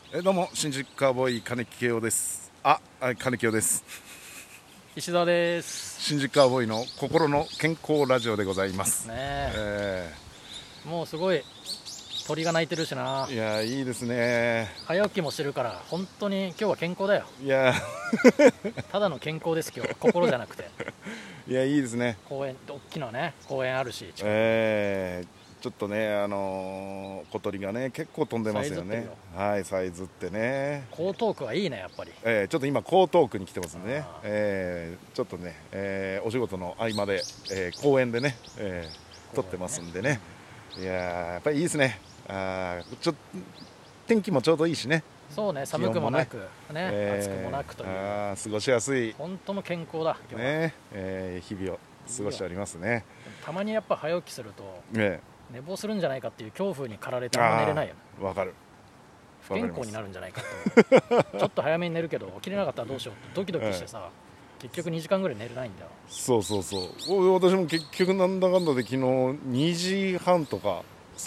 どうも新宿カーボーイ金木慶応です。金木慶応です。 石田です。 新宿カーボーイの心の健康ラジオでございますね。もうすごい鳥が鳴いてるしな。 いやいいですね。 早起きもしてるから本当に今日は健康だよ。 いやただの健康です今日は。心じゃなくていやいいですね。 公園、大きなね公園あるし、 ちょっとね小鳥がね結構飛んでますよね。はい、さえずってね。 江東区はいいねやっぱり。 ちょっと今江東区に来てますんでね。ちょっとね、お仕事の合間で、公園でね、撮ってますんでね。いややっぱりいいですね。天気もちょうどいいしね。 そうね、寒くもなくね、暑くもなくという過ごしやすい本当の健康だ今日はね。日々を過ごしておりますね。 たまにやっぱ早起きすると、寝坊するんじゃないかっていう恐怖に駆られて寝れないよね。 わかる。 不健康になるんじゃないかとちょっと早めに寝るけど起きれなかったらどうしようってドキドキしてさ、結局2時間ぐらい寝れないんだよ。 そう私も結局なんだかんだで昨日2時半とか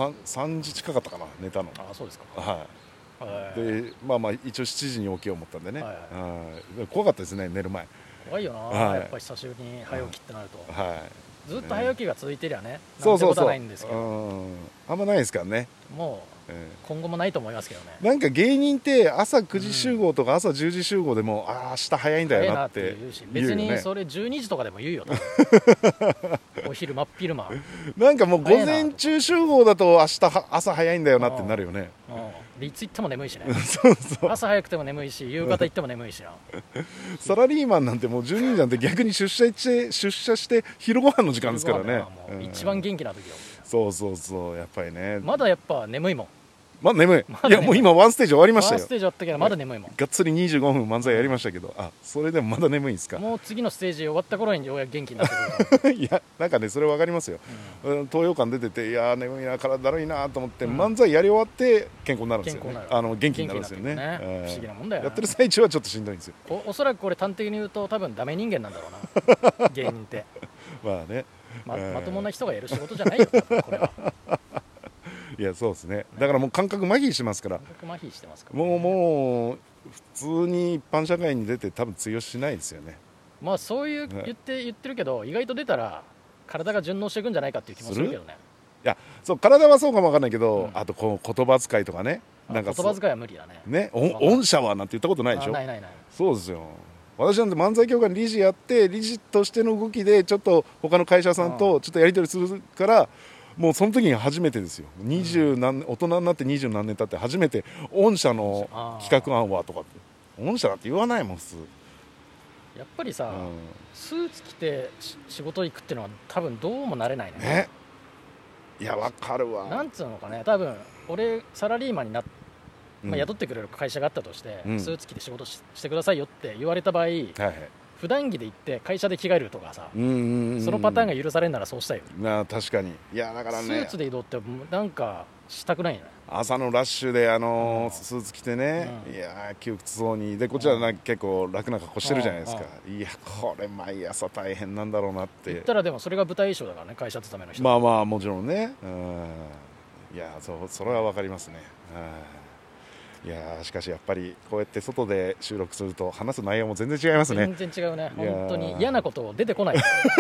3時近かったかな寝たの。 そうですか。 で一応7時に起きよう思ったんでね。怖かったですね、寝る前。 怖いよな、やっぱり久しぶりに早起きってなると。ずっと早起きが続いてりゃね、なんてことはないんですけど、 あんまないですからね。 もう今後もないと思いますけどね。 なんか芸人って朝9時集合とか朝10時集合でも明日早いんだよなって言うし、別にそれ12時とかでも言うよお昼真っ昼間なんかもう午前中集合だと明日朝早いんだよなってなるよね。 いつ行っても眠いしねそう朝早くても眠いし夕方行っても眠いしなサラリーマンなんてもう12時なんて逆に出社して昼ご飯の時間ですからね。 一番元気な時よ。 そうやっぱりね。 まだやっぱ眠いもん。 まだ眠い。いやもう今ワンステージ終わりましたよ。 ワンステージ終わったけどまだ眠いもん。 がっつり25分漫才やりましたけど、それでもまだ眠いんですか。 もう次のステージ終わった頃にようやく元気になってくるいやなんかねそれ分かりますよ。東洋館出てていや眠いな体だるいなと思って漫才やり終わって健康になるんですよね。元気になるんですよね。 不思議なもんだよ。 やってる最中はちょっとしんどいんですよ。 おそらくこれ端的に言うと多分ダメ人間なんだろうな芸人って。 まあね、 まともな人がやる仕事じゃないよこれは。 いやそうですね。だからもう感覚麻痺してますから。 麻痺してますか。 もう普通に一般社会に出て多分通用しないですよね。 まあそういう言ってるけど意外と出たら体が順応していくんじゃないかっていう気もするけどね。 いやそう体はそうかもわかんないけど、あとこの言葉遣いとかね。 なんか言葉遣いは無理だね。 御社はなんて言ったことないでしょ。 ない。 そうですよ。私なんて漫才協会の理事やって理事としての動きでちょっと他の会社さんとちょっとやり取りするからもうその時に初めてですよ。大人になって20何年経って初めて御社の企画案はとかって御社だって言わないもん普通。 やっぱりさ、スーツ着て仕事行くっていうのは多分どうもなれないね。 いや分かるわ。 なんつうのかね、多分俺サラリーマンになって雇ってくれる会社があったとして、スーツ着て仕事してくださいよって言われた場合、普段着で行って会社で着替えるとかさ、そのパターンが許されるならそうしたいよ。 確かに。いやだからねスーツで移動ってなんかしたくないよね。 朝のラッシュでスーツ着てね、いや窮屈そうにでこっちは結構楽な格好してるじゃないですか。いやこれ毎朝大変なんだろうなって言ったら、でもそれが舞台衣装だからね、会社勤めの人。 もちろんね。いやそれは分かりますね。いやしかしやっぱりこうやって外で収録すると話す内容も全然違いますね。 全然違うね。本当に嫌なこと出てこない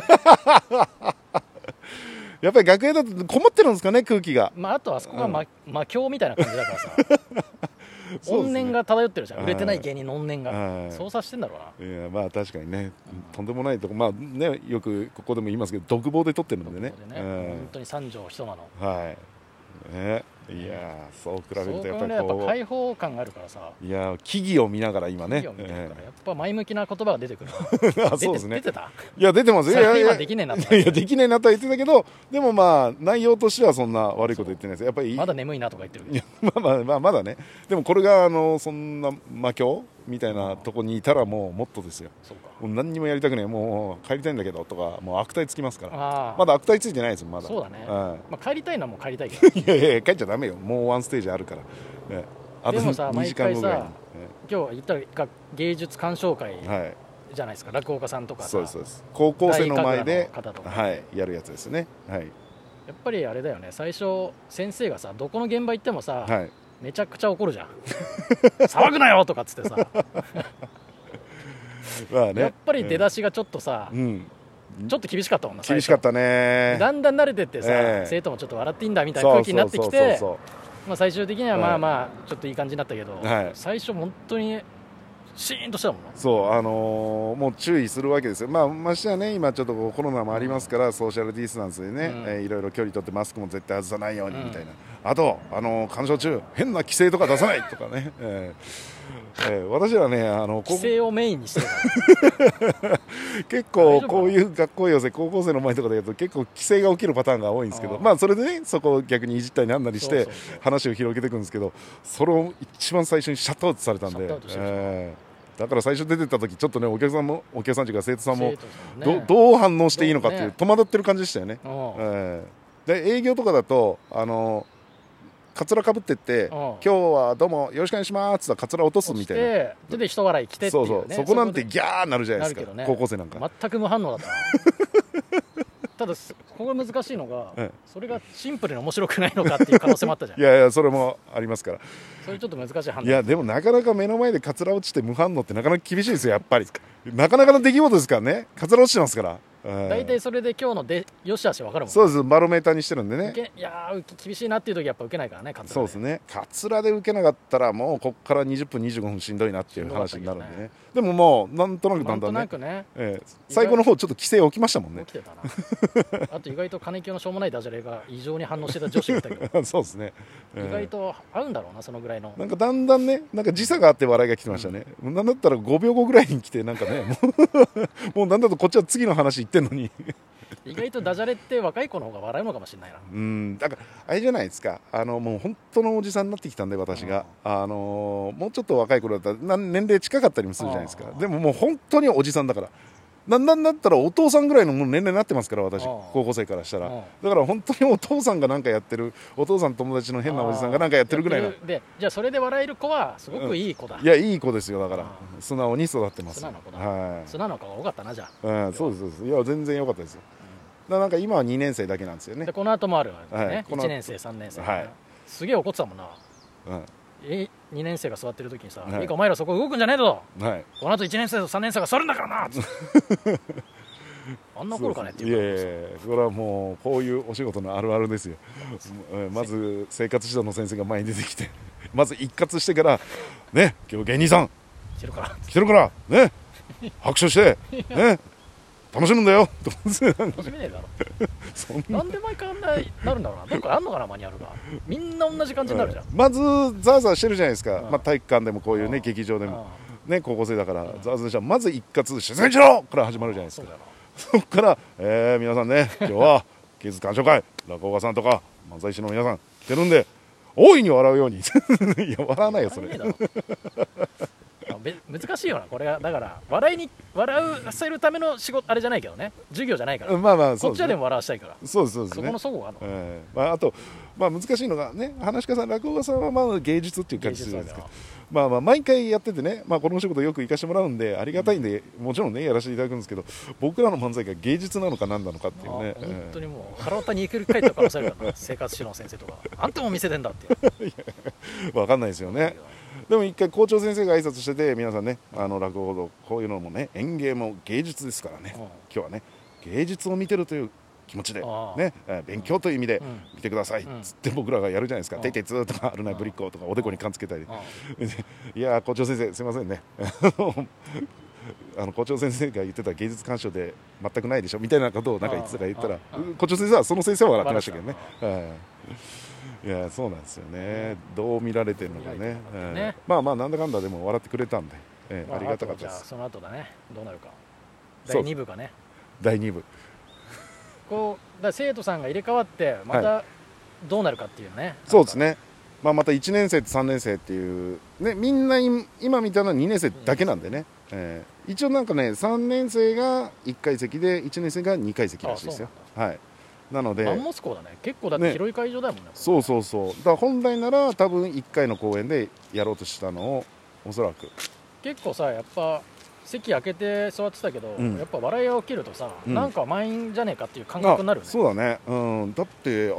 やっぱり楽屋だとこもってるんですかね、空気が。 あとあそこが魔境みたいな感じだからさ怨念が漂ってるじゃん。売れてない芸人の怨念がそうさしてんだろうな。 いや確かにね、とんでもないとこよくここでも言いますけど独房で撮ってるんでね。 本当に三畳一間の。 いやそう比べるとやっぱりやっぱ開放感があるからさ。 いや木々を見ながら今ね。 やっぱ前向きな言葉が出てくる。 そうですね。 出てた？ いや出てますよ。 今できねえなって。 いやできねえなとは言ってたけど、でも内容としてはそんな悪いこと言ってないです。やっぱりまだ眠いなとか言ってる。 いやまだね。でもこれがそんな魔境みたいなとこにいたらもっとですよ。もう何にもやりたくない、もう帰りたいんだけどとか、もう悪態つきますから。まだ悪態ついてないですまだ。 そうだね。帰りたいのはもう帰りたいけど。 いや帰っちゃダメよ。もうワンステージあるから。 でもさ、毎回さ、今日言ったら芸術鑑賞会じゃないですか。落語家さんとかさ。 そうです。高校生の前でやるやつですね。やっぱりあれだよね。最初先生がさ、どこの現場行ってもさ、 めちゃくちゃ怒るじゃん騒ぐなよとかっつってさまあ、ね、やっぱり出だしがちょっとさ、ちょっと厳しかったもんな。 厳しかったね。 だんだん慣れてってさ、生徒もちょっと笑っていいんだみたいな空気になってきて、最終的にはまあまあちょっといい感じになったけど、最初本当にシーンとしたもんな。 そうもう注意するわけですよ。ましてやね、今ちょっとコロナもありますから、ソーシャルディスタンスでね、いろいろ距離取ってマスクも絶対外さないようにみたいな、あと鑑賞中変な規制とか出さないとかね、私はね規制をメインにしてる結構こういう学校寄せ高校生の前とかでやると結構規制が起きるパターンが多いんですけど、それでねそこを逆にいじったりなんなりして話を広げていくんですけど、それを一番最初にシャットアウトされたんで、だから最初出てった時ちょっとねお客さんというか生徒さんもどう反応していいのかっていう戸惑ってる感じでしたよね。で営業とかだとカツラかぶってって今日はどうもよろしくお願いしますってカツラ落とすみたいなで人笑い来てっていうね。 そこなんてギャーなるじゃないですか、高校生なんか全く無反応だったなただここが難しいのが、それがシンプルに面白くないのかっていう可能性もあったじゃん。 いやそれもありますから。 それちょっと難しい判断。 いやでもなかなか目の前でカツラ落ちて無反応ってなかなか厳しいですよ、やっぱり。なかなかの出来事ですからね、カツラ落ちてますから。 大体それで今日のよしあし分かるもん。 そうです、バロメーターにしてるんでね。 いや厳しいなっていう時やっぱ受けないからね、カツラで。 そうですね、カツラで受けなかったらもうここから20分25分しんどいなっていう話になるんでね。でももうなんとなくだんだんね、最後の方ちょっと規制起きましたもんね。 起きてたなあと意外と金清のしょうもないダジャレが異常に反応してた女子がいたけどそうですね、 意外と合うんだろうな、そのぐらいの。 なんかだんだんね、なんか時差があって笑いが来てましたね。なんだったら5秒後ぐらいに来てなんかねもうなんだとこっちは次の話言ってんのに意外とダジャレって若い子の方が笑うのかもしれないな。 だからあれじゃないですか、もう本当のおじさんになってきたんで私が、もうちょっと若い頃だったら年齢近かったりもするじゃないですか。でももう本当におじさんだから、なんだったらお父さんぐらいの年齢になってますから、私高校生からしたら。だから本当にお父さんが何かやってる、お父さん友達の変なおじさんが何かやってるぐらいので、じゃあそれで笑える子はすごくいい子だ。 いやいい子ですよ、だから素直に育ってます。 素直な子だ。素直な子が多かったな、じゃあ。そうですそうです。いや全然良かったですよ。なんか今は2年生だけなんですよね。 でこの後もあるわけね、1年生3年生、すげえ怒ってたもんな。2年生が座ってる時にさ、いいかお前らそこ動くんじゃねえぞ、この後1年生と3年生が座るんだからなあんな怒るかねっていう。 いやそれはもうこういうお仕事のあるあるですよ。まず生活指導の先生が前に出てきてまず一括してからね、今日芸人さん来てるからね拍手してね楽しむんだよと楽しめねえだろなんで毎回あんななるんだろうな。どっかあんのかな、マニュアルが。みんな同じ感じになるじゃん。 まずザーザーしてるじゃないですか。体育館でもこういうね劇場でもね、高校生だからザーザーじゃまず一括静かにしろから始まるじゃないですか。そこから皆さんね、今日は芸術鑑賞会落語家さんとか漫才師の皆さん来てるんで大いに笑うようにいや笑わないよそれ難しいよなこれが。だから笑わせるための仕事あれじゃないけどね、授業じゃないから、こっちはでも笑わしたいから。 そうですそこの齟齬があるの。あと難しいのがね、話し家さん落語家さんはまあ芸術っていう感じするじゃないですか。毎回やっててね、このお仕事よく行かせてもらうんでありがたいんで、もちろんねやらせていただくんですけど、僕らの漫才が芸術なのか何なのかっていうね。 本当にもう腹渡に行く帰った可能性あるからな生活指導の先生とかあんたも見せてんだって分かんないですよね。でも一回校長先生が挨拶してて、皆さんね落語ほどこういうのもね演芸も芸術ですからね、今日はね芸術を見てるという気持ちで、ね、勉強という意味で見てくださいっつって僕らがやるじゃないですか。ていていつとかあるないぶりっ子とかおでこに缶つけたりいや校長先生すいませんね校長先生が言ってた芸術鑑賞で全くないでしょみたいなことをなんか言ったら校長先生はその先生は笑ってましたけどね。いやそうなんですよね、どう見られてるのかね。なんだかんだでも笑ってくれたんで、ありがたかったです。じゃあその後だね、どうなるか。第2部かね。 第2部こうだ生徒さんが入れ替わってまたどうなるかっていうね。 そうですね、また1年生と3年生っていう、ね、みんな今みたいな2年生だけなんでね、一応なんかね3年生が1階席で1年生が2階席らしいですよ。なのでマンモス校だね、結構だって広い会場だもんね。 そうだから本来なら多分1回の公演でやろうとしたのをおそらく結構さ、やっぱ席開けて座ってたけど、やっぱ笑いが起きるとさ、なんか満員じゃねえかっていう感覚になるね。 そうだね、だって今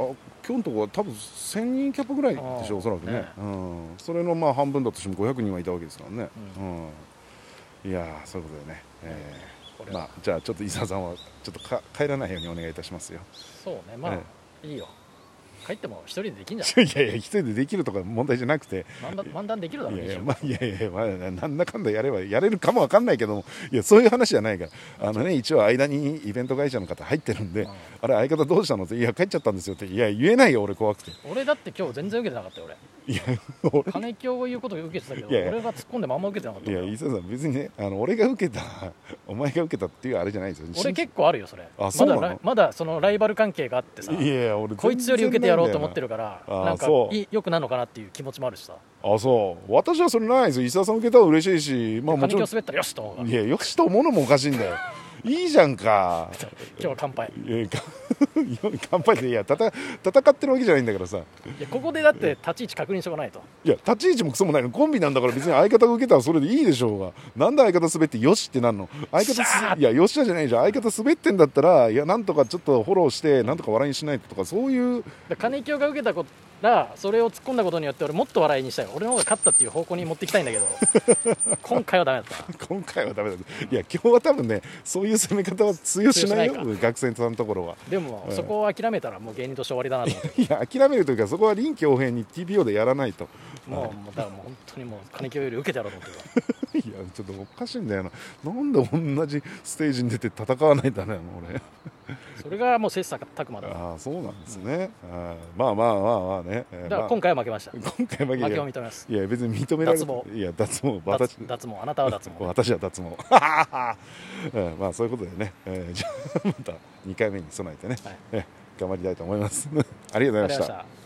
今日のところは多分1000人キャパぐらいでしょ、おそらくね、それのまあ半分だとしても500人はいたわけですからね、いやそういうことでね、まあ、じゃあちょっと伊沢さんはちょっと帰らないようにお願いいたしますよ。 そうね、まあ、いいよ、帰っても一人でできんじゃない。いやいや一人でできるとか問題じゃなくて、 漫談できるだろう。 いやいや、まあ、なんだかんだやれるかもわかんないけども、いやそういう話じゃないから、一応間にイベント会社の方入ってるんで、あれ相方どうしたのって、いや帰っちゃったんですよって、いや言えないよ俺怖くて。 俺だって今日全然受けてなかったよ俺。いや金京が言うことを受けてたけど、俺が突っ込んでもあんま受けてなかった。 いや伊沢さん別にね、俺が受けたお前が受けたっていうあれじゃないですよ。 俺結構あるよそれ。 あ、そうなの？ まだそのライバル関係があってさ、いや俺こいつより受けてやろうと思ってるから、なんかよくなるのかなっていう気持ちもあるしさ。 あ、そう私はそれないですよ。伊沢さん受けたら嬉しいし、まあもちろん金京滑ったらよしと思う。 いやよしと思うのもおかしいんだよ。いいじゃんか。 今日は乾杯。 乾杯で、いや戦ってるわけじゃないんだからさ。いやここでだって立ち位置確認しとかないと。 いや立ち位置もクソもないの、コンビなんだから別に相方が受けたらそれでいいでしょうが。なんで相方滑ってよしってなんの。相方いやよっしゃじゃないじゃん。相方滑ってんだったら、いやなんとかちょっとフォローしてなんとか笑いにしないとか、そういう。 金京が受けたことらそれを突っ込んだことによって俺もっと笑いにしたい。俺の方が勝ったっていう方向に持っていきたいんだけど今回はダメだった今回はダメだった。いや今日は多分ねそういう攻め方は通用しないよ、学生さんのところは。 でも、そこを諦めたらもう芸人として終わりだなと思って。 いや諦めるというか、そこは臨機応変に TPO でやらないと。 もうだからもう本当にもう金京より受けてやろうと思ってる。 いやちょっとおかしいんだよな。なんで同じステージに出て戦わないんだね俺。 それがもう切磋琢磨だ。 ああそうなんですね、まあね、 だから今回は負けました。 今回負けを認めます。 いや別に認められる。 脱毛。 いや脱毛、 脱毛、あなたは脱毛。 私は脱毛。まあそういうことでね、じゃあまた2回目に備えてね、頑張りたいと思います。ありがとうございました。